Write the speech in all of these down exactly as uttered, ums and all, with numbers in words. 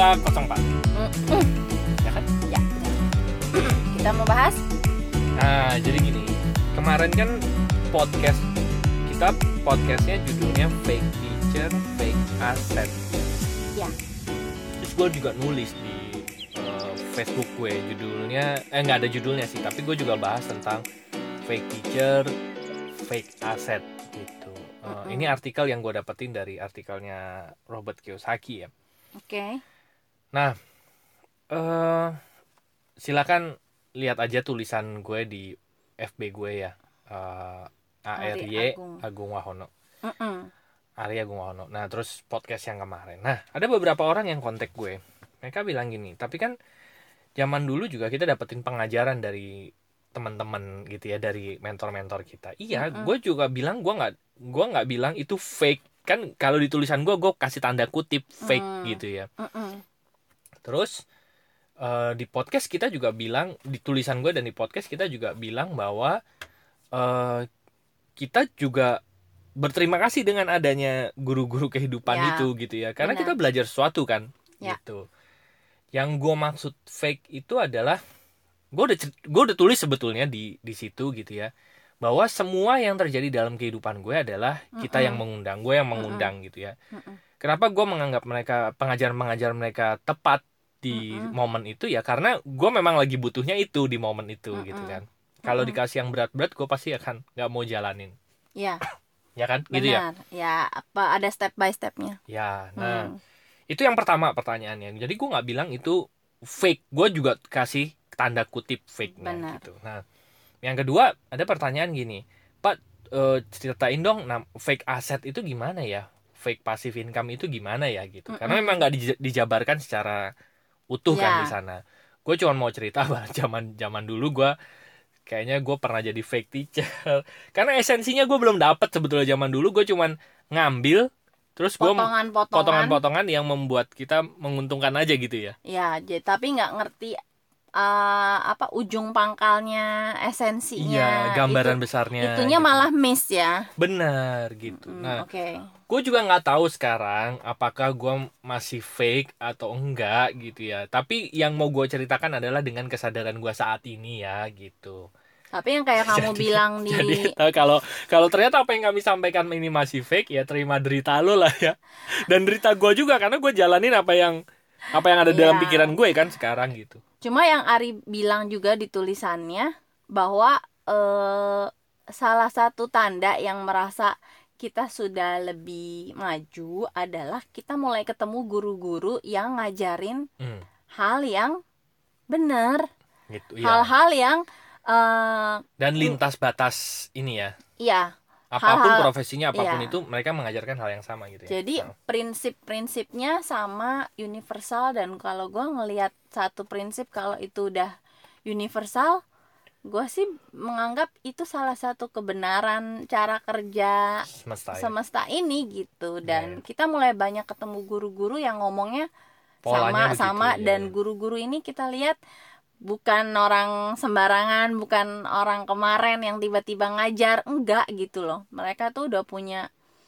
nol empat. Mm-mm. Ya kan? Ya. Kita mau bahas? Nah, jadi gini. Kemarin kan podcast kita podcastnya judulnya Fake Teacher, Fake Asset. Ya. Terus gue juga nulis di uh, Facebook gue judulnya, eh nggak ada judulnya sih, tapi gue juga bahas tentang fake teacher, fake asset gitu. Uh, Mm-mm. ini artikel yang gue dapetin dari artikelnya Robert Kiyosaki ya. Oke. Okay. Nah, uh, silakan lihat aja tulisan gue di F B gue ya, uh, A R Y Agung. Agung Wahono. Mm-mm. Arya Agung Wahono. Nah, terus podcast yang kemarin. Nah, ada beberapa orang yang kontak gue. Mereka bilang gini, tapi kan zaman dulu juga kita dapetin pengajaran dari teman-teman gitu ya, dari mentor-mentor kita. Iya, Mm-mm. gue juga bilang gue nggak gue nggak bilang itu fake. Kan kalau di tulisan gue, gue kasih tanda kutip fake Mm. gitu ya. Mm-mm. Terus uh, di podcast kita juga bilang, di tulisan gue dan di podcast kita juga bilang bahwa uh, kita juga berterima kasih dengan adanya guru-guru kehidupan Ya, itu gitu ya, karena benar. kita belajar sesuatu kan. Ya. Gitu. Yang gue maksud fake itu adalah gue udah gue udah tulis sebetulnya di di situ gitu ya, bahwa semua yang terjadi dalam kehidupan gue adalah kita Mm-mm. yang mengundang, gue yang mengundang Mm-mm. gitu ya. Mm-mm. Kenapa gue menganggap mereka pengajar-pengajar mereka tepat di Mm-mm. momen itu ya, karena gue memang lagi butuhnya itu di momen itu. Mm-mm. Gitu kan. Kalau Mm-mm. dikasih yang berat-berat, gue pasti akan nggak mau jalanin. Ya. Ya kan, gitu ya. Benar. Ya, apa ada step by stepnya? Ya, nah Hmm. itu yang pertama pertanyaannya. Jadi gue nggak bilang itu fake, gue juga kasih tanda kutip fake-nya Benar. gitu. Nah, yang kedua ada pertanyaan gini, Pak, eh, ceritain dong, nah, fake aset itu gimana ya? Fake passive income itu gimana ya gitu? Karena Mm-mm. memang nggak dij- dijabarkan secara utuh kan Ya. di sana. Gue cuma mau cerita bahwa zaman zaman dulu gue kayaknya gue pernah jadi fake teacher. Karena esensinya gue belum dapet sebetulnya zaman dulu. Gue cuman ngambil, terus gue Potongan-potongan. potongan-potongan yang membuat kita menguntungkan aja gitu ya. Ya, j- tapi nggak ngerti uh, apa ujung pangkalnya, esensinya. Iya, gambaran Itu, besarnya. itunya gitu. malah miss ya. Benar gitu. Mm, Nah, Oke. Okay. gue juga nggak tahu sekarang apakah gue masih fake atau enggak gitu ya. Tapi yang mau gue ceritakan adalah dengan kesadaran gue saat ini ya gitu. Tapi yang kayak kamu Jadi- bilang di Jadi eh, kalau kalau ternyata apa yang kami sampaikan ini masih fake ya, terima derita lo lah ya. Dan derita gue juga karena gue jalanin apa yang apa yang ada dalam Iya. pikiran gue kan sekarang gitu. Cuma yang Ari bilang juga di tulisannya bahwa eh, salah satu tanda yang merasa kita sudah lebih maju adalah kita mulai ketemu guru-guru yang ngajarin Hmm, hal yang benar, gitu ya. hal-hal yang eh, Dan lintas batas ini ya. iya. Apapun Hal-hal- profesinya, apapun iya. itu mereka mengajarkan hal yang sama gitu ya. Jadi Nah, prinsip-prinsipnya sama, universal. Dan kalau gue ngelihat satu prinsip kalau itu udah universal, gue sih menganggap itu salah satu kebenaran cara kerja semesta ya. semesta ini gitu. Dan Iya. kita mulai banyak ketemu guru-guru yang ngomongnya Polanya begitu, sama-sama. iya. Dan guru-guru ini kita lihat bukan orang sembarangan, bukan orang kemarin yang tiba-tiba ngajar, enggak gitu loh. Mereka tuh udah punya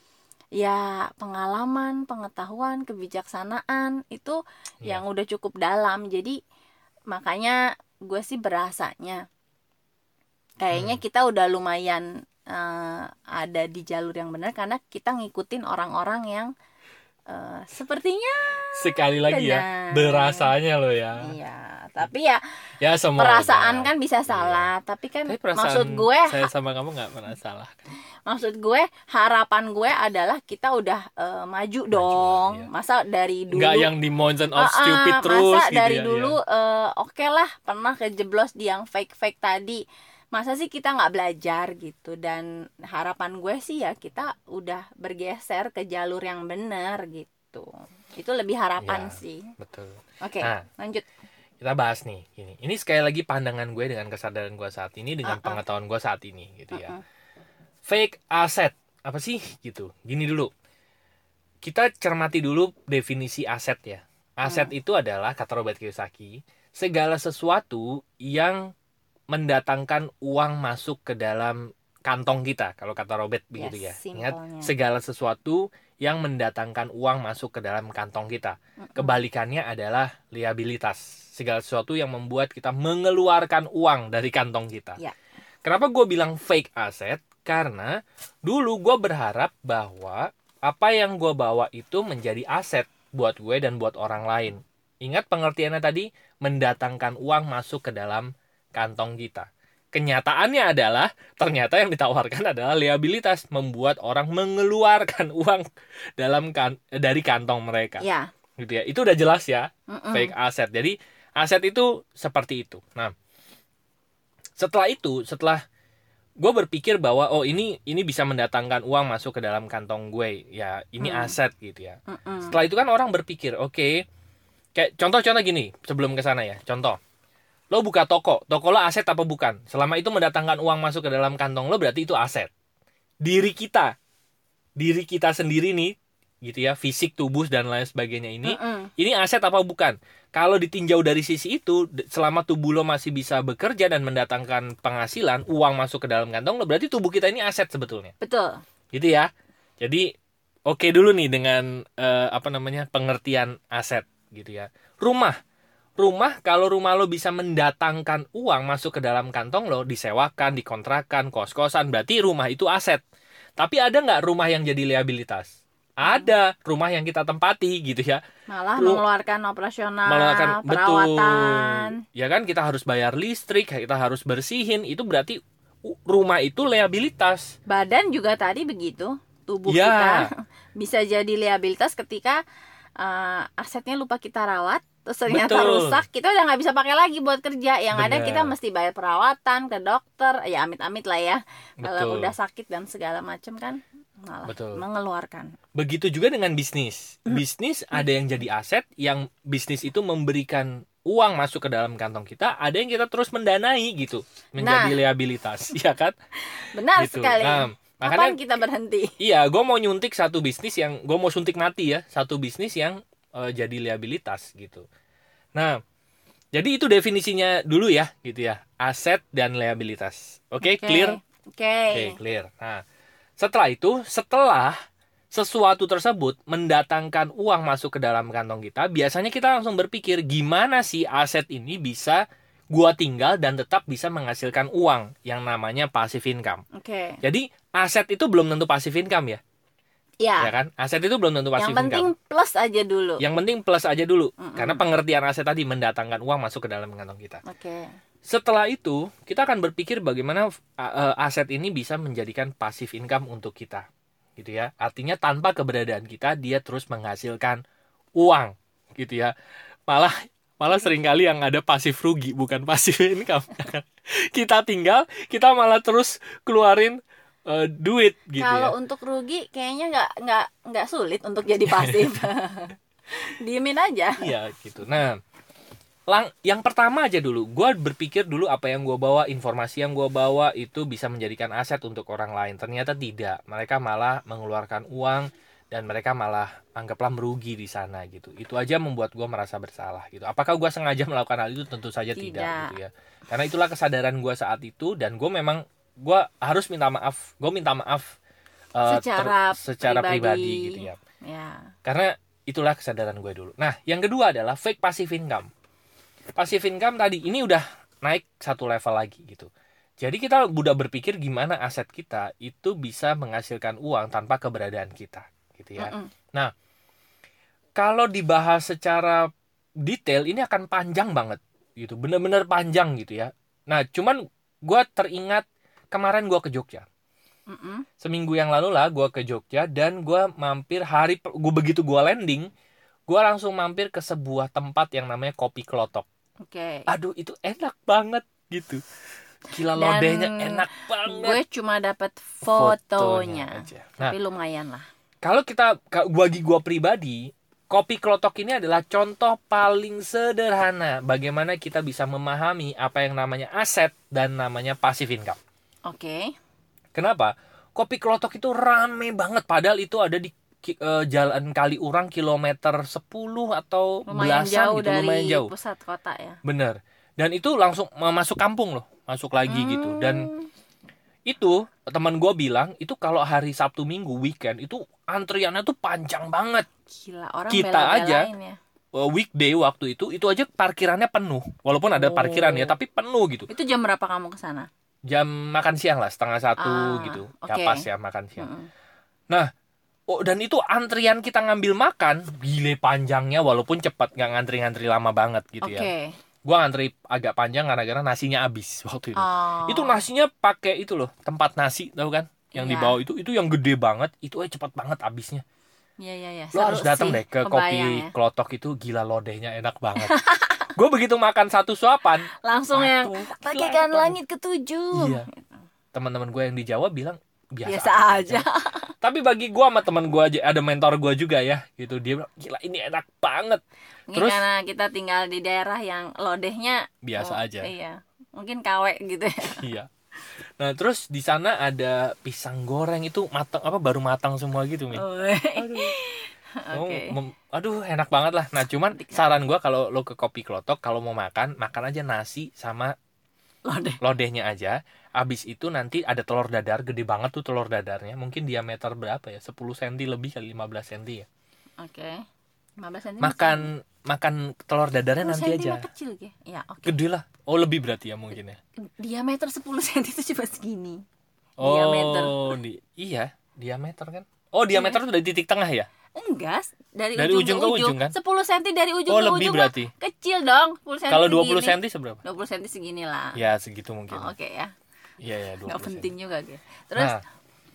ya pengalaman, pengetahuan, kebijaksanaan itu Iya. yang udah cukup dalam. Jadi makanya gue sih berasanya kayaknya Hmm. kita udah lumayan eh, ada di jalur yang benar karena kita ngikutin orang-orang yang eh, sepertinya Sekali lagi ya, benar. berasanya lo ya. Iya, tapi ya Ya semoga. perasaan kan bisa salah, tapi kan Tapi perasaan maksud gue saya sama kamu nggak pernah salah kan? maksud gue harapan gue adalah kita udah eh, maju dong. iya. Masa dari dulu Nggak yang di Mountain of Ah, ah, Stupid terus masa gitu dari ya, dulu ya. eh, oke lah pernah kejeblos di yang fake-fake tadi. Masa sih kita nggak belajar gitu. Dan harapan gue sih ya kita udah bergeser ke jalur yang benar gitu. Itu lebih harapan Ya, sih. betul. Oke, Nah. lanjut. Kita bahas nih gini. Ini sekali lagi pandangan gue dengan kesadaran gue saat ini, dengan Uh-uh. pengetahuan gue saat ini gitu ya. Uh-uh. Fake aset apa sih gitu? Gini dulu. Kita cermati dulu definisi aset ya. Aset Hmm. itu adalah, kata Robert Kiyosaki, segala sesuatu yang mendatangkan uang masuk ke dalam kantong kita, kalau kata Robert begitu ya. Yes, Ingat, simpelnya. segala sesuatu yang mendatangkan uang masuk ke dalam kantong kita. Mm-mm. Kebalikannya adalah liabilitas. Segala sesuatu yang membuat kita mengeluarkan uang dari kantong kita. Ya. Kenapa gue bilang fake asset? Karena dulu gue berharap bahwa apa yang gue bawa itu menjadi aset buat gue dan buat orang lain. Ingat pengertiannya tadi, mendatangkan uang masuk ke dalam kantong kita. Kenyataannya adalah ternyata yang ditawarkan adalah liabilitas, membuat orang mengeluarkan uang dalam kan, dari kantong mereka. Ya. Gitu ya. Itu udah jelas ya, Mm-mm. fake asset. Jadi aset itu seperti itu. Nah, setelah itu, setelah gue berpikir bahwa oh ini ini bisa mendatangkan uang masuk ke dalam kantong gue, ya ini Hmm. aset gitu ya. Mm-mm. Setelah itu kan orang berpikir, oke, okay, kayak contoh-contoh gini sebelum ke sana ya. Contoh, lo buka toko, toko lo aset apa bukan? Selama itu mendatangkan uang masuk ke dalam kantong lo, berarti itu aset. Diri kita, diri kita sendiri nih, gitu ya, fisik, tubuh dan lain sebagainya ini, Mm-mm. ini aset apa bukan? Kalau ditinjau dari sisi itu, selama tubuh lo masih bisa bekerja dan mendatangkan penghasilan, uang masuk ke dalam kantong lo, berarti tubuh kita ini aset sebetulnya. Betul. Gitu ya. Jadi oke dulu nih dengan eh, apa namanya pengertian aset gitu ya. Rumah, rumah kalau rumah lo bisa mendatangkan uang masuk ke dalam kantong lo, disewakan, dikontrakan, kos-kosan, berarti rumah itu aset. Tapi ada nggak rumah yang jadi liabilitas? Ada rumah yang kita tempati gitu ya. Malah Lu- mengeluarkan operasional, Mengeluarkan perawatan. betul. Ya kan kita harus bayar listrik, kita harus bersihin, itu berarti u- rumah itu liabilitas. Badan juga tadi begitu. Tubuh Ya. kita bisa jadi liabilitas ketika uh, asetnya lupa kita rawat, terus ternyata Betul. rusak, kita udah nggak bisa pakai lagi buat kerja. Yang ada Bener. kita mesti bayar perawatan ke dokter, ya amit-amit lah ya. Kalau Betul. udah sakit dan segala macam kan malah Betul. mengeluarkan. Begitu juga dengan bisnis. Bisnis ada yang jadi aset, yang bisnis itu memberikan uang masuk ke dalam kantong kita, ada yang kita terus mendanai gitu, menjadi Nah. liabilitas, ya kan? Benar Gitu. sekali. Nah, Kapan makanya kita berhenti? iya, gue mau nyuntik satu bisnis yang gue mau suntik mati ya, satu bisnis yang eh, jadi liabilitas gitu. Nah, jadi itu definisinya dulu ya, gitu ya, aset dan liabilitas. Oke, Oke. clear? Oke. Oke, clear. Nah, setelah itu, setelah sesuatu tersebut mendatangkan uang masuk ke dalam kantong kita, biasanya kita langsung berpikir gimana sih aset ini bisa gua tinggal dan tetap bisa menghasilkan uang yang namanya passive income. Oke. Jadi aset itu belum tentu passive income ya, Ya. ya kan? Aset itu belum tentu passive Yang penting income. plus aja dulu. Yang penting plus aja dulu, Mm-mm. karena pengertian aset tadi mendatangkan uang masuk ke dalam kantong kita. Oke. Setelah itu, kita akan berpikir bagaimana uh, aset ini bisa menjadikan passive income untuk kita. Gitu ya. Artinya tanpa keberadaan kita, dia terus menghasilkan uang. Gitu ya. Malah malah seringkali yang ada pasif rugi, bukan passive income. Kita tinggal, kita malah terus keluarin uh, duit gitu Kalau ya. untuk rugi kayaknya nggak nggak nggak sulit untuk jadi pasif. Diemin aja. Iya gitu. Nah, lang yang pertama aja dulu, gue berpikir dulu apa yang gue bawa, informasi yang gue bawa itu bisa menjadikan aset untuk orang lain. Ternyata tidak, mereka malah mengeluarkan uang dan mereka malah anggaplah merugi di sana gitu. Itu aja membuat gue merasa bersalah gitu. Apakah gue sengaja melakukan hal itu? Tentu saja tidak, Tidak. gitu ya. Karena itulah kesadaran gue saat itu, dan gue memang gue harus minta maaf. Gue minta maaf uh, Secara secara pribadi. pribadi. gitu ya. Ya. Karena itulah kesadaran gue dulu. Nah, yang kedua adalah fake passive income. Passive income tadi ini udah naik satu level lagi gitu. Jadi kita udah berpikir gimana aset kita itu bisa menghasilkan uang tanpa keberadaan kita, gitu ya. Mm-mm. Nah, kalau dibahas secara detail ini akan panjang banget gitu, bener-bener panjang gitu ya. Nah, cuman gue teringat kemarin gue ke Jogja. Mm-mm. Seminggu yang lalu lah gue ke Jogja, dan gue mampir hari gue begitu gue landing, gue langsung mampir ke sebuah tempat yang namanya Kopi Klotok. Oke. Aduh, itu enak banget gitu. Gila, Dan lodehnya enak banget. Gue cuma dapat fotonya, aja. Nah, tapi lumayan lah. kalau kita ka- bagi gue pribadi, Kopi Klotok ini adalah contoh paling sederhana bagaimana kita bisa memahami apa yang namanya aset dan namanya passive income. Oke. Kenapa? Kopi Klotok itu rame banget, padahal itu ada di ki- eh, Jalan Kaliurang kilometer sepuluh atau Lumayan belasan jauh gitu, dari lumayan jauh. pusat kota ya. Bener. Dan itu langsung masuk kampung loh, masuk lagi gitu. Dan Itu teman gue bilang itu kalau hari Sabtu Minggu weekend itu antriannya tuh panjang banget. Gila, orang Kita aja bela-belain ya. weekday waktu itu itu aja parkirannya penuh. Walaupun ada Oh. parkiran ya, tapi penuh gitu. Itu jam berapa kamu ke sana? Jam makan siang lah, setengah satu Ah, gitu. oke. Ya pas ya makan siang. Mm-mm. Nah, oh, dan itu antrian kita ngambil makan gile panjangnya, walaupun cepat, nggak ngantri-ngantri lama banget gitu Oke. ya. Gua ngantri agak panjang gara-gara nasinya habis waktu itu. Oh. Itu nasinya pakai itu loh, tempat nasi, tahu kan? Yang di Iya. bawah itu itu yang gede banget, itu aja cepat banget habisnya. Iya iya iya. Lo harus Seru datang sih, deh ke kebayang kopi ya. Klotok itu, gila lodehnya enak banget. Gue begitu makan satu suapan, Langsung yang aduh, bagaikan gila, langit ketujuh. Iya. Teman-teman gue yang di Jawa bilang biasa, Biasa aja. Tapi bagi gue sama teman gue aja, ada mentor gue juga ya, gitu, dia bilang gila ini enak banget. Mungkin Terus karena kita tinggal di daerah yang lodehnya biasa oh, aja. Iya. Mungkin K W gitu ya. Iya. Nah terus di sana ada pisang goreng itu matang apa baru matang semua gitu Mi. Oh. Aduh. Oh, Oke. mem- aduh enak banget lah. Nah cuman saran gue kalau lo ke Kopi Klotok, kalau mau makan makan aja nasi sama Lodeh. lodehnya aja. Abis itu nanti ada telur dadar, gede banget tuh telur dadarnya. Mungkin diameter berapa ya? sepuluh sentimeter lebih kali, lima belas sentimeter ya. Oke. lima belas sentimeter. Makan makan telur dadarnya nanti aja. Kecil ya. Ya, oke. Gede lah. Oh lebih berarti ya mungkin ya. Diameter sepuluh sentimeter itu cuma segini. Oh Diameter. di, iya diameter kan. Oh diameter tuh dari titik tengah ya? Enggak, dari, Dari ujung ujung, ke ke ujung, ujung kan? sepuluh sentimeter dari ujung Oh ke lebih ujung. berarti. Mah kecil dong, sepuluh sentimeter. Kalau dua puluh sentimeter seberapa? dua puluh sentimeter segini lah. Ya segitu mungkin. Oh, oke ya. Iya ya dua puluh Enggak penting sentimeter. juga gitu. Terus Nah,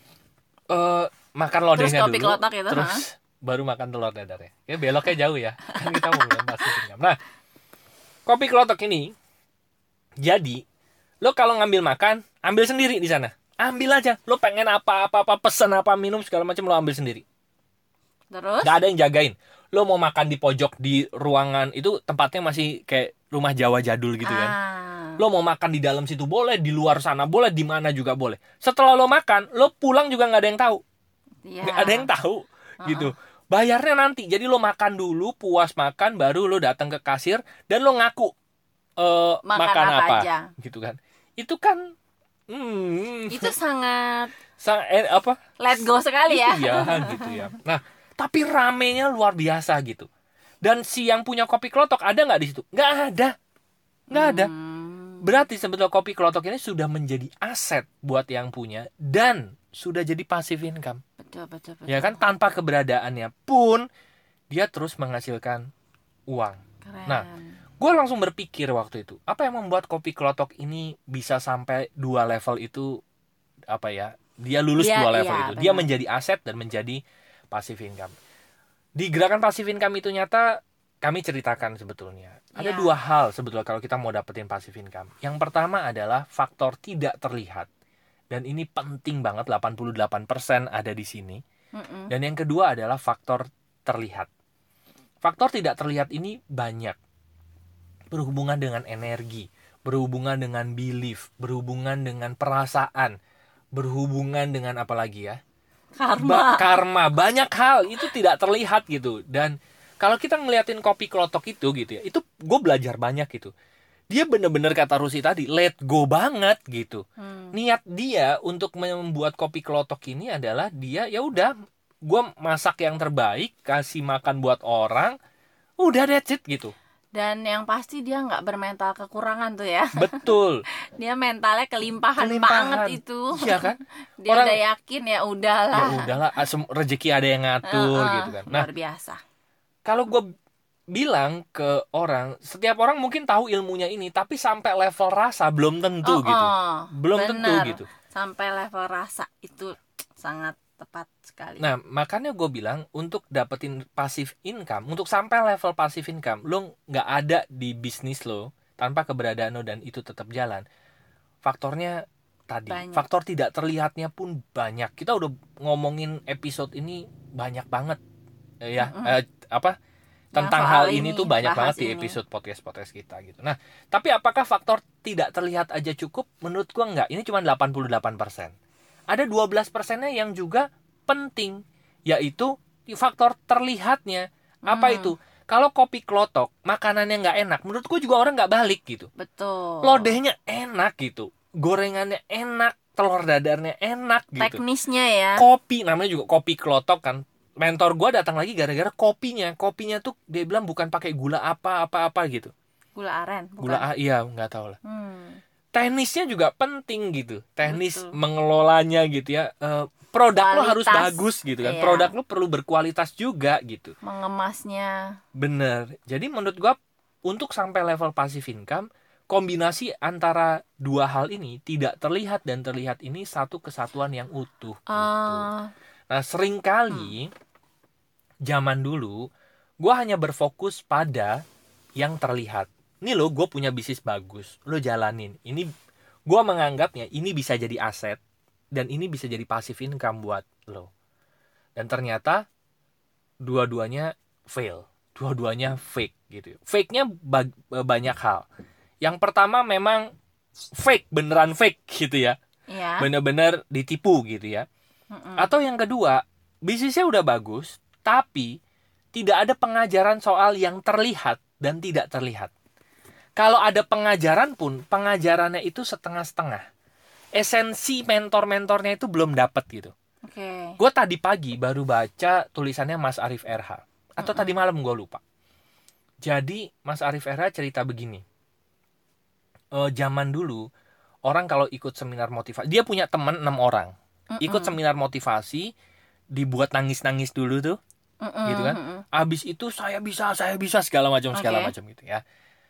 eh makan lodehnya kopi dulu. Klotok itu, terus ha? baru makan telur dadarnya. Ya beloknya jauh ya. Kan kita mau bahas income. Nah, Kopi Klotok ini jadi lo kalau ngambil makan, ambil sendiri di sana. Ambil aja. Lo pengen apa-apa-apa, pesen apa, minum segala macam lo ambil sendiri. terus Gak ada yang jagain. Lo mau makan di pojok di ruangan itu tempatnya masih kayak rumah Jawa jadul gitu kan. ah, Lo mau makan di dalam situ boleh, di luar sana boleh, di mana juga boleh. Setelah lo makan, lo pulang juga nggak ada yang tahu, iya. nggak ada yang tahu, gitu. Bayarnya nanti. Jadi lo makan dulu, puas makan, baru lo datang ke kasir dan lo ngaku eh, Makan makan apa apa, aja. gitu kan. Itu kan, hmm, Itu sangat sang, eh, apa? let go sekali ya. Iya, gitu ya. Nah, tapi ramenya luar biasa gitu. Dan si yang punya Kopi Klotok ada nggak di situ? Nggak ada, nggak ada. Hmm, Berarti sebetulnya Kopi Klotok ini sudah menjadi aset buat yang punya dan sudah jadi passive income. betul betul betul. Ya kan, tanpa keberadaannya pun dia terus menghasilkan uang. Keren. Nah, gue langsung berpikir waktu itu, apa yang membuat Kopi Klotok ini bisa sampai dua level itu, apa ya? Dia lulus Dia- dua level iya, itu. Dia benar. menjadi aset dan menjadi passive income. Di gerakan passive income itu nyata kami ceritakan sebetulnya. Ada Iya. dua hal sebetulnya kalau kita mau dapetin passive income. Yang pertama adalah faktor tidak terlihat. Dan ini penting banget, delapan puluh delapan persen ada di sini. Mm-mm. Dan yang kedua adalah faktor terlihat. Faktor tidak terlihat ini banyak. Berhubungan dengan energi, berhubungan dengan belief, berhubungan dengan perasaan, berhubungan dengan apa lagi ya? Karma. Ba- karma, banyak hal itu tidak terlihat gitu. Dan kalau kita ngeliatin Kopi Klotok itu gitu ya, itu gue belajar banyak gitu. Dia bener-bener kata Rusi tadi, let go banget gitu. Hmm. Niat dia untuk membuat Kopi Klotok ini adalah dia ya udah, gue masak yang terbaik, kasih makan buat orang, udah that's it gitu. Dan yang pasti dia nggak bermental kekurangan tuh ya. Betul. Dia mentalnya kelimpahan, Kelimpahan. banget itu. Iya kan? Dia Orang- udah yakin ya udahlah. Ya udahlah, asem- rezeki ada yang ngatur Heeh, gitu kan. Nah, luar biasa. kalau gue bilang ke orang, setiap orang mungkin tahu ilmunya ini, tapi sampai level rasa belum tentu Oh, gitu. oh, Belum tentu bener. gitu. Sampai level rasa itu sangat tepat sekali. Nah, makanya gue bilang untuk dapetin passive income, untuk sampai level passive income, lo nggak ada di bisnis lo tanpa keberadaan lo dan itu tetap jalan. Faktornya tadi, Banyak. faktor tidak terlihatnya pun banyak. Kita udah ngomongin episode ini banyak banget, eh, ya, eh, apa tentang Yang hal soal ini ini, tuh banyak bahas banget di ini. episode podcast-podcast kita gitu. Nah, tapi apakah faktor tidak terlihat aja cukup? Menurut gua nggak. Ini cuma delapan puluh delapan persen. Ada dua belas persennya yang juga penting, yaitu faktor terlihatnya. Apa Hmm. itu? Kalau Kopi Klotok makanannya nggak enak, menurut gua juga orang nggak balik gitu. Betul. Lodehnya enak gitu, gorengannya enak, telur dadarnya enak gitu. Teknisnya ya. Kopi, namanya juga kopi kelotok kan. Mentor gue datang lagi gara-gara kopinya. Kopinya tuh dia bilang bukan pakai gula apa-apa-apa gitu. Gula aren, bukan? Gula, iya nggak tahu lah. Hmm. Teknisnya juga penting gitu. Teknis Betul. mengelolanya gitu ya. E, produk lo harus Kualitas, bagus gitu kan. iya. Produk lo perlu berkualitas juga gitu. Mengemasnya. Bener. Jadi menurut gue untuk sampai level passive income, kombinasi antara dua hal ini tidak terlihat dan terlihat ini satu kesatuan yang utuh gitu. Uh, Nah seringkali hmm. zaman dulu gue hanya berfokus pada yang terlihat. Ini lo gue punya bisnis bagus, lo jalanin. Ini gue menganggapnya ini bisa jadi aset dan ini bisa jadi passive income buat lo. Dan ternyata dua-duanya fail, dua-duanya fake gitu. Fake-nya bag- banyak hal. Yang pertama memang fake, beneran fake gitu ya. ya. Bener-bener ditipu gitu ya. Mm-mm. Atau yang kedua, bisnisnya udah bagus, tapi tidak ada pengajaran soal yang terlihat dan tidak terlihat. Kalau ada pengajaran pun, pengajarannya itu setengah-setengah. Esensi mentor-mentornya itu belum dapat gitu. Oke. Okay. Gue tadi pagi baru baca tulisannya Mas Arif R H. Atau Mm-mm. tadi malam gue lupa. Jadi Mas Arif R H cerita begini. E, zaman dulu, orang kalau ikut seminar motivasi, dia punya teman enam orang. Mm-mm. Ikut seminar motivasi, dibuat nangis-nangis dulu tuh. Mm-mm. Gitu kan. Abis itu saya bisa, saya bisa, segala macam, segala okay. macam gitu ya.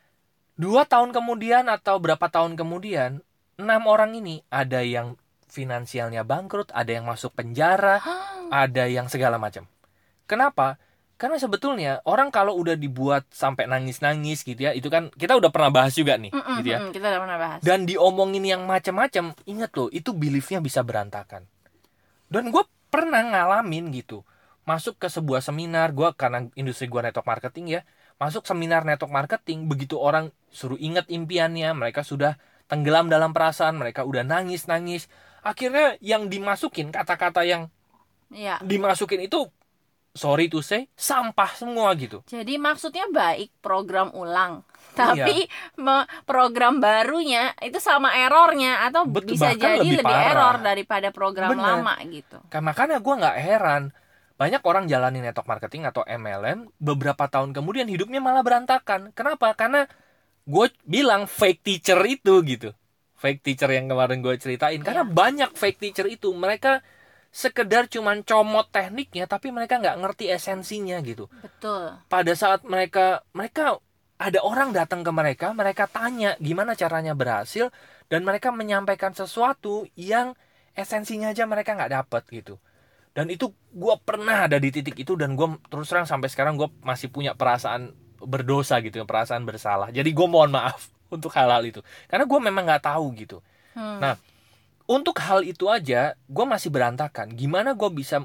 Dua tahun kemudian atau berapa tahun kemudian, enam orang ini ada yang finansialnya bangkrut, ada yang masuk penjara, ada yang segala macam. Kenapa? Karena sebetulnya orang kalau udah dibuat sampai nangis-nangis gitu ya, itu kan kita udah pernah bahas juga nih, Mm-mm, gitu ya. Kita udah pernah bahas. Dan diomongin yang macam-macam, ingat loh, itu beliefnya bisa berantakan. Dan gue pernah ngalamin gitu, masuk ke sebuah seminar, gue karena industri gue network marketing ya, masuk seminar network marketing, begitu orang suruh ingat impiannya, mereka sudah tenggelam dalam perasaan, mereka udah nangis-nangis. Akhirnya yang dimasukin, kata-kata yang ya. dimasukin itu, sorry to say, sampah semua gitu. Jadi maksudnya baik program ulang, tapi iya. program barunya itu sama errornya, atau Betul, bisa jadi lebih, lebih error daripada program Bener. lama gitu. Makanya gue gak heran, banyak orang jalani network marketing atau M L M, beberapa tahun kemudian hidupnya malah berantakan. Kenapa? Karena gue bilang fake teacher itu gitu. Fake teacher yang kemarin gue ceritain. Karena yeah. banyak fake teacher itu. Mereka sekedar cuman comot tekniknya, tapi mereka gak ngerti esensinya gitu. Betul. Pada saat mereka, mereka ada orang datang ke mereka, mereka tanya gimana caranya berhasil, dan mereka menyampaikan sesuatu yang esensinya aja mereka gak dapet gitu. Dan itu gue pernah ada di titik itu, dan gue terus terang sampai sekarang gue masih punya perasaan berdosa gitu, perasaan bersalah. Jadi gue mohon maaf untuk hal-hal itu, karena gue memang nggak tahu gitu. Hmm. Nah, untuk hal itu aja gue masih berantakan. Gimana gue bisa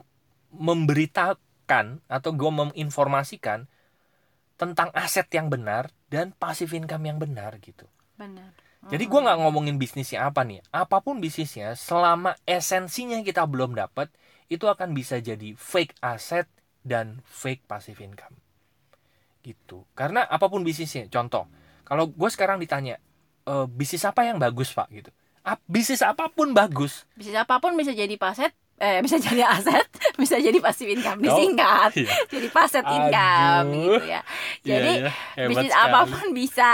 memberitakan atau gue menginformasikan tentang aset yang benar dan passive income yang benar gitu. Benar. Jadi gue nggak ngomongin bisnisnya apa nih, apapun bisnisnya, selama esensinya kita belum dapat, itu akan bisa jadi fake aset dan fake passive income gitu. Karena apapun bisnisnya, contoh, kalau gue sekarang ditanya e, bisnis apa yang bagus pak gitu, A- bisnis apapun bagus, bisnis apapun bisa jadi paset, eh bisa jadi aset, bisa jadi passive income, disingkat oh, iya. jadi passive income gitu ya. Jadi iya, iya. bisnis sekali. Apapun bisa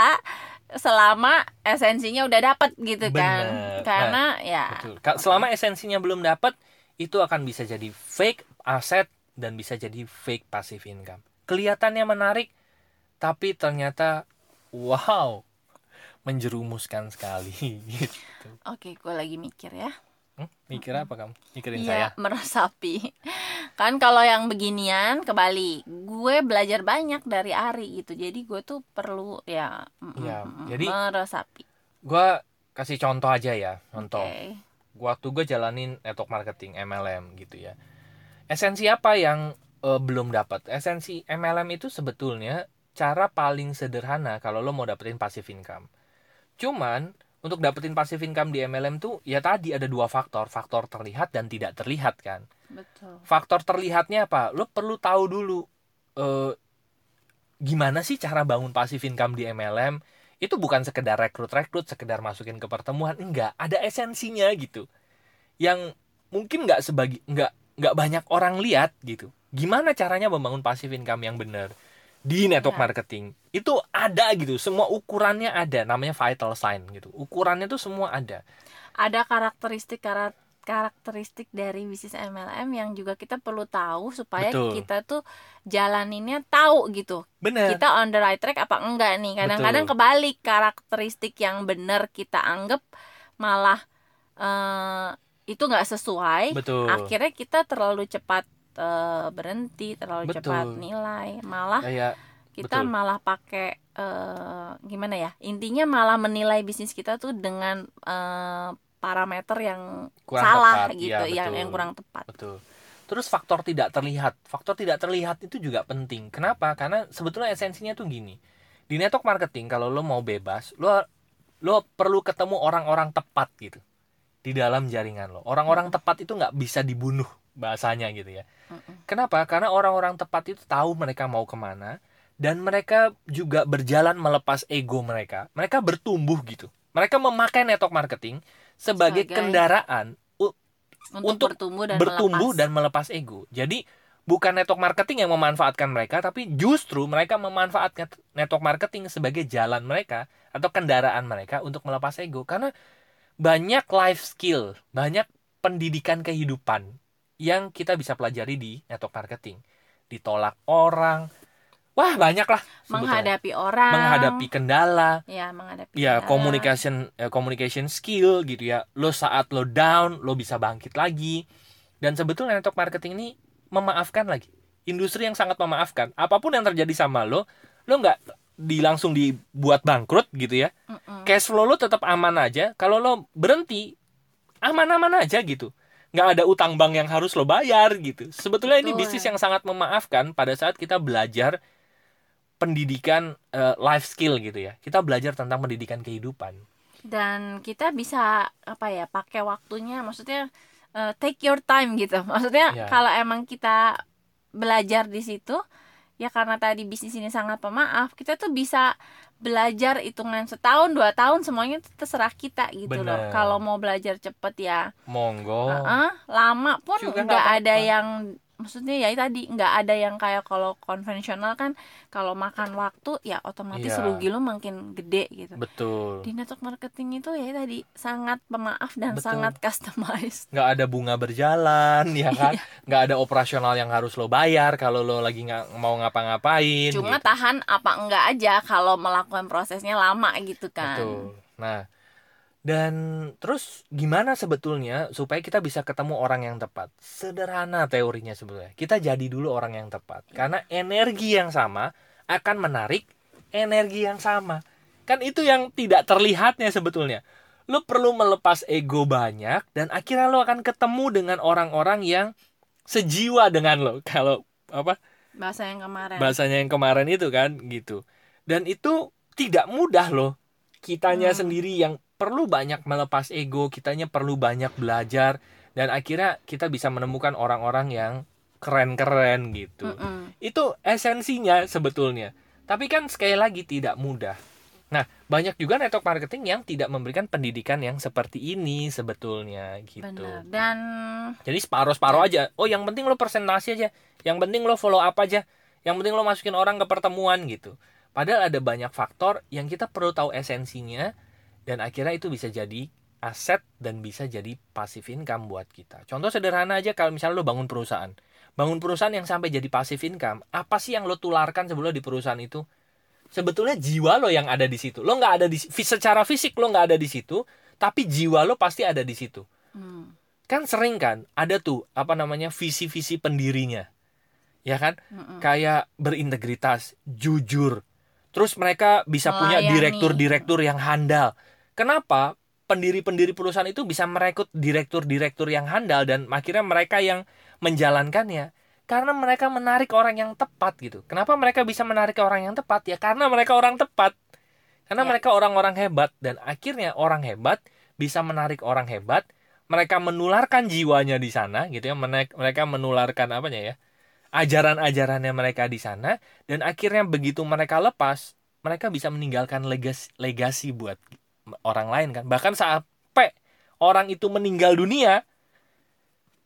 selama esensinya udah dapat gitu. Bener. Kan karena nah, ya betul. Selama esensinya belum dapat, itu akan bisa jadi fake aset dan bisa jadi fake passive income. Kelihatannya menarik, tapi ternyata wow, menjerumuskan sekali gitu. Oke, gue lagi mikir ya. Hmm? Mikir apa kamu? Mikirin ya, saya? Meresapi. Kan kalau yang beginian ke Bali, gue belajar banyak dari Ari gitu. Jadi gue tuh perlu ya, ya mm, jadi meresapi. Gue kasih contoh aja ya, contoh. Okay. Waktu gue jalanin network marketing M L M gitu ya. Esensi apa yang uh, belum dapat? Esensi M L M itu sebetulnya cara paling sederhana kalau lo mau dapetin passive income. Cuman untuk dapetin passive income di M L M tuh ya tadi ada dua faktor, faktor terlihat dan tidak terlihat kan. Betul. Faktor terlihatnya apa? Lo perlu tahu dulu uh, gimana sih cara bangun passive income di M L M. Itu bukan sekedar rekrut-rekrut, sekedar masukin ke pertemuan, enggak, ada esensinya gitu. yang mungkin nggak sebagi nggak nggak banyak orang lihat gitu. Gimana caranya membangun passive income yang benar di network Ya. marketing? Itu ada gitu, semua ukurannya ada, namanya vital sign gitu. Ukurannya tuh semua ada. Ada karakteristik karakteristik dari bisnis M L M yang juga kita perlu tahu supaya Betul. kita tuh jalaninnya tahu gitu. Bener. Kita on the right track apa enggak nih? Kadang-kadang Betul. kebalik, karakteristik yang benar kita anggap malah eh, itu nggak sesuai. Betul. Akhirnya kita terlalu cepat eh, berhenti, terlalu Betul. cepat nilai, malah Kayak kita betul. malah pakai eh, gimana ya? Intinya malah menilai bisnis kita tuh dengan eh, parameter yang Kurang salah tepat. gitu, Ya, yang betul. yang kurang tepat. Betul. Terus faktor tidak terlihat. Faktor tidak terlihat itu juga penting. Kenapa? Karena sebetulnya esensinya tuh gini. Di network marketing kalau lo mau bebas, lo lo perlu ketemu orang-orang tepat gitu di dalam jaringan lo. Orang-orang tepat itu nggak bisa dibunuh bahasanya gitu ya. Mm-mm. Kenapa? Karena orang-orang tepat itu tahu mereka mau kemana dan mereka juga berjalan melepas ego mereka. Mereka bertumbuh gitu. Mereka memakai network marketing sebagai, Sebagai kendaraan u- Untuk, untuk bertumbuh dan bertumbuh melepas. dan melepas ego. Jadi bukan network marketing yang memanfaatkan mereka, tapi justru mereka memanfaatkan network marketing sebagai jalan mereka atau kendaraan mereka untuk melepas ego. Karena banyak life skill, banyak pendidikan kehidupan yang kita bisa pelajari di network marketing. Ditolak orang, wah banyak lah sebetulnya. Menghadapi orang, Menghadapi kendala, ya menghadapi ya kendala. communication eh, communication skill gitu ya. Lo saat lo down, lo bisa bangkit lagi. Dan sebetulnya network marketing ini memaafkan lagi. Industri yang sangat memaafkan. Apapun yang terjadi sama lo, lo nggak di langsung dibuat bangkrut gitu ya. Mm-mm. Cash flow lo tetap aman aja. Kalau lo berhenti, aman-aman aja gitu. Nggak ada utang bank yang harus lo bayar gitu. Sebetulnya ini Betul. bisnis yang sangat memaafkan pada saat kita belajar pendidikan eh, life skill gitu ya. Kita belajar tentang pendidikan kehidupan. Dan kita bisa apa ya, pakai waktunya, maksudnya eh, take your time gitu. Maksudnya Ya. kalau emang kita belajar di situ, ya karena tadi bisnis ini sangat pemaaf, kita tuh bisa belajar hitungan setahun dua tahun, semuanya tuh terserah kita gitu loh. Bener. Kalau mau belajar cepet ya Monggo. uh-uh, lama pun Juga nggak nggak ada apa-apa. yang, maksudnya ya tadi nggak ada yang kayak kalau konvensional kan, kalau makan waktu ya otomatis Iya. rugi lo makin gede gitu. Betul. Di network marketing itu ya tadi sangat pemaaf dan Betul. sangat customized. Nggak ada bunga berjalan ya kan. Nggak ada operasional yang harus lo bayar kalau lo lagi nggak mau ngapa-ngapain. Cuma gitu. tahan apa enggak aja kalau melakukan prosesnya lama gitu kan. Betul. Nah, dan terus gimana sebetulnya supaya kita bisa ketemu orang yang tepat? Sederhana teorinya sebetulnya. Kita jadi dulu orang yang tepat. Karena energi yang sama akan menarik energi yang sama. Kan itu yang tidak terlihatnya sebetulnya. Lo perlu melepas ego banyak dan akhirnya lo akan ketemu dengan orang-orang yang sejiwa dengan lo. Kalau apa? Bahasa yang kemarin. Bahasanya yang kemarin itu kan gitu. Dan itu tidak mudah loh. Kitanya Hmm. sendiri yang perlu banyak melepas ego, kitanya perlu banyak belajar, dan akhirnya kita bisa menemukan orang-orang yang keren-keren gitu. Mm-mm. Itu esensinya sebetulnya. Tapi kan sekali lagi tidak mudah. Nah, banyak juga network marketing yang tidak memberikan pendidikan yang seperti ini sebetulnya gitu. Benar. Dan Jadi separuh-separuh aja. Oh, yang penting lo presentasi aja. Yang penting lo follow up aja. Yang penting lo masukin orang ke pertemuan gitu. Padahal ada banyak faktor yang kita perlu tahu esensinya. Dan akhirnya itu bisa jadi aset dan bisa jadi passive income buat kita. Contoh sederhana aja, kalau misalnya lo bangun perusahaan. Bangun perusahaan yang sampai jadi passive income. Apa sih yang lo tularkan sebelum di perusahaan itu? Sebetulnya jiwa lo yang ada di situ. Lo nggak ada di secara fisik lo nggak ada di situ, tapi jiwa lo pasti ada di situ. hmm, Kan sering kan ada tuh apa namanya visi-visi pendirinya, ya kan? mm-mm. Kayak berintegritas, jujur. Terus mereka bisa punya Melayani. direktur-direktur yang handal. Kenapa pendiri-pendiri perusahaan itu bisa merekrut direktur-direktur yang handal dan akhirnya mereka yang menjalankannya? Karena mereka menarik orang yang tepat gitu. Kenapa mereka bisa menarik orang yang tepat? Ya karena mereka orang tepat. Karena Ya. mereka orang-orang hebat. Dan akhirnya orang hebat bisa menarik orang hebat. Mereka menularkan jiwanya di sana gitu ya. Mereka menularkan apanya ya? Ajaran-ajarannya mereka di sana. Dan akhirnya begitu mereka lepas, mereka bisa meninggalkan legasi, legasi buat orang lain kan. Bahkan sampai orang itu meninggal dunia,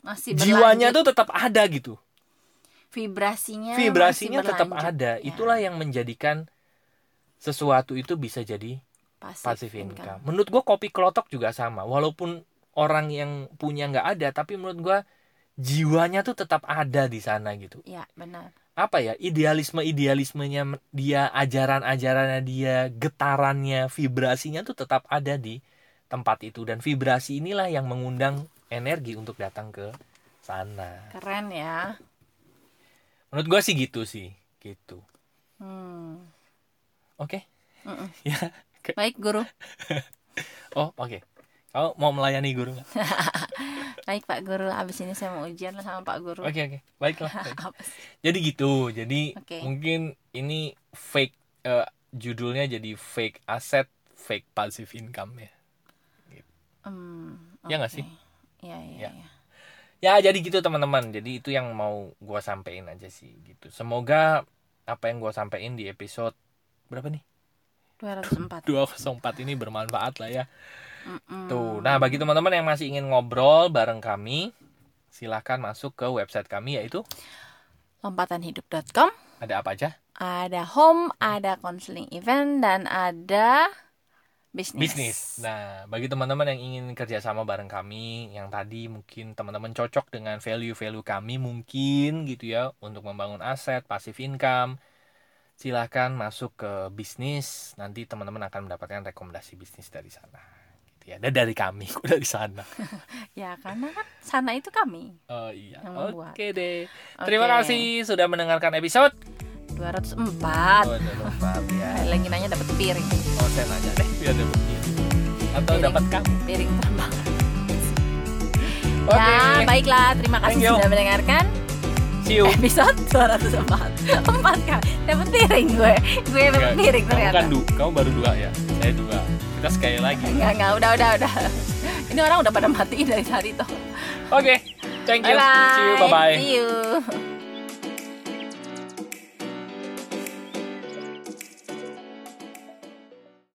Masih jiwanya berlanjut. tuh tetap ada gitu. Vibrasinya Vibrasinya masih tetap berlanjut. ada. Ya. Itulah yang menjadikan sesuatu itu bisa jadi Passive, passive income. income. Menurut gue kopi kelotok juga sama. Walaupun orang yang punya nggak ada, tapi menurut gue jiwanya tuh tetap ada di sana gitu. Ya, benar. Apa ya, idealisme-idealismenya dia, ajaran-ajarannya dia, getarannya, vibrasinya tuh tetap ada di tempat itu. Dan vibrasi inilah yang mengundang energi untuk datang ke sana. Keren ya. Menurut gue sih gitu sih, gitu. Hmm. Oke. Mm-mm. Ya. Baik guru. Oh oke. Kau mau melayani guru nggak? Baik Pak Guru, abis ini saya mau ujian lah sama Pak Guru. Oke oke, baiklah. Baik. Apa sih? Jadi gitu, jadi Oke. mungkin ini fake eh, judulnya jadi fake asset, fake passive income ya. Hmm, Ya nggak oke. sih? Iya iya Ya. iya. Ya jadi gitu teman-teman. Jadi itu yang mau gua sampein aja sih gitu. Semoga apa yang gua sampein di episode berapa nih? dua ratus empat. dua nol empat ini bermanfaat lah ya. Mm-mm. Tuh. Nah, bagi teman-teman yang masih ingin ngobrol bareng kami, silahkan masuk ke website kami yaitu lompatan hidup dot com. ada apa aja? Ada home, ada counseling event, dan ada bisnis. Bisnis. Nah, bagi teman-teman yang ingin kerjasama bareng kami, yang tadi mungkin teman-teman cocok dengan value-value kami mungkin gitu ya, untuk membangun aset, passive income, silahkan masuk ke bisnis. Nanti teman-teman akan mendapatkan rekomendasi bisnis dari sana. Gitu ya. Dan dari kami, kok dari sana. Ya, karena kan sana itu kami. Oh iya. Yang Oke membuat. deh. Oke. Terima kasih sudah mendengarkan episode dua ratus empat. Oh, udah lupa ya. Lagi nanya dapat piring. Oh, saya nanya deh biar dapat ini. Atau Piring. dapat kamu. Piring terbang. Oke. Ya, baiklah. Terima kasih Thank you. sudah mendengarkan See you. episode dua ratus empat. Empat kali. Dapat piring gue. Gue dapat Enggak, piring kamu ternyata. kan du, kamu baru dua ya. Saya dua. Kita sekali lagi. Enggak, enggak, udah, udah, udah. Ini orang udah pada mati dari tadi tuh. Oke. Thank you. Bye bye. See you. Bye bye. See you.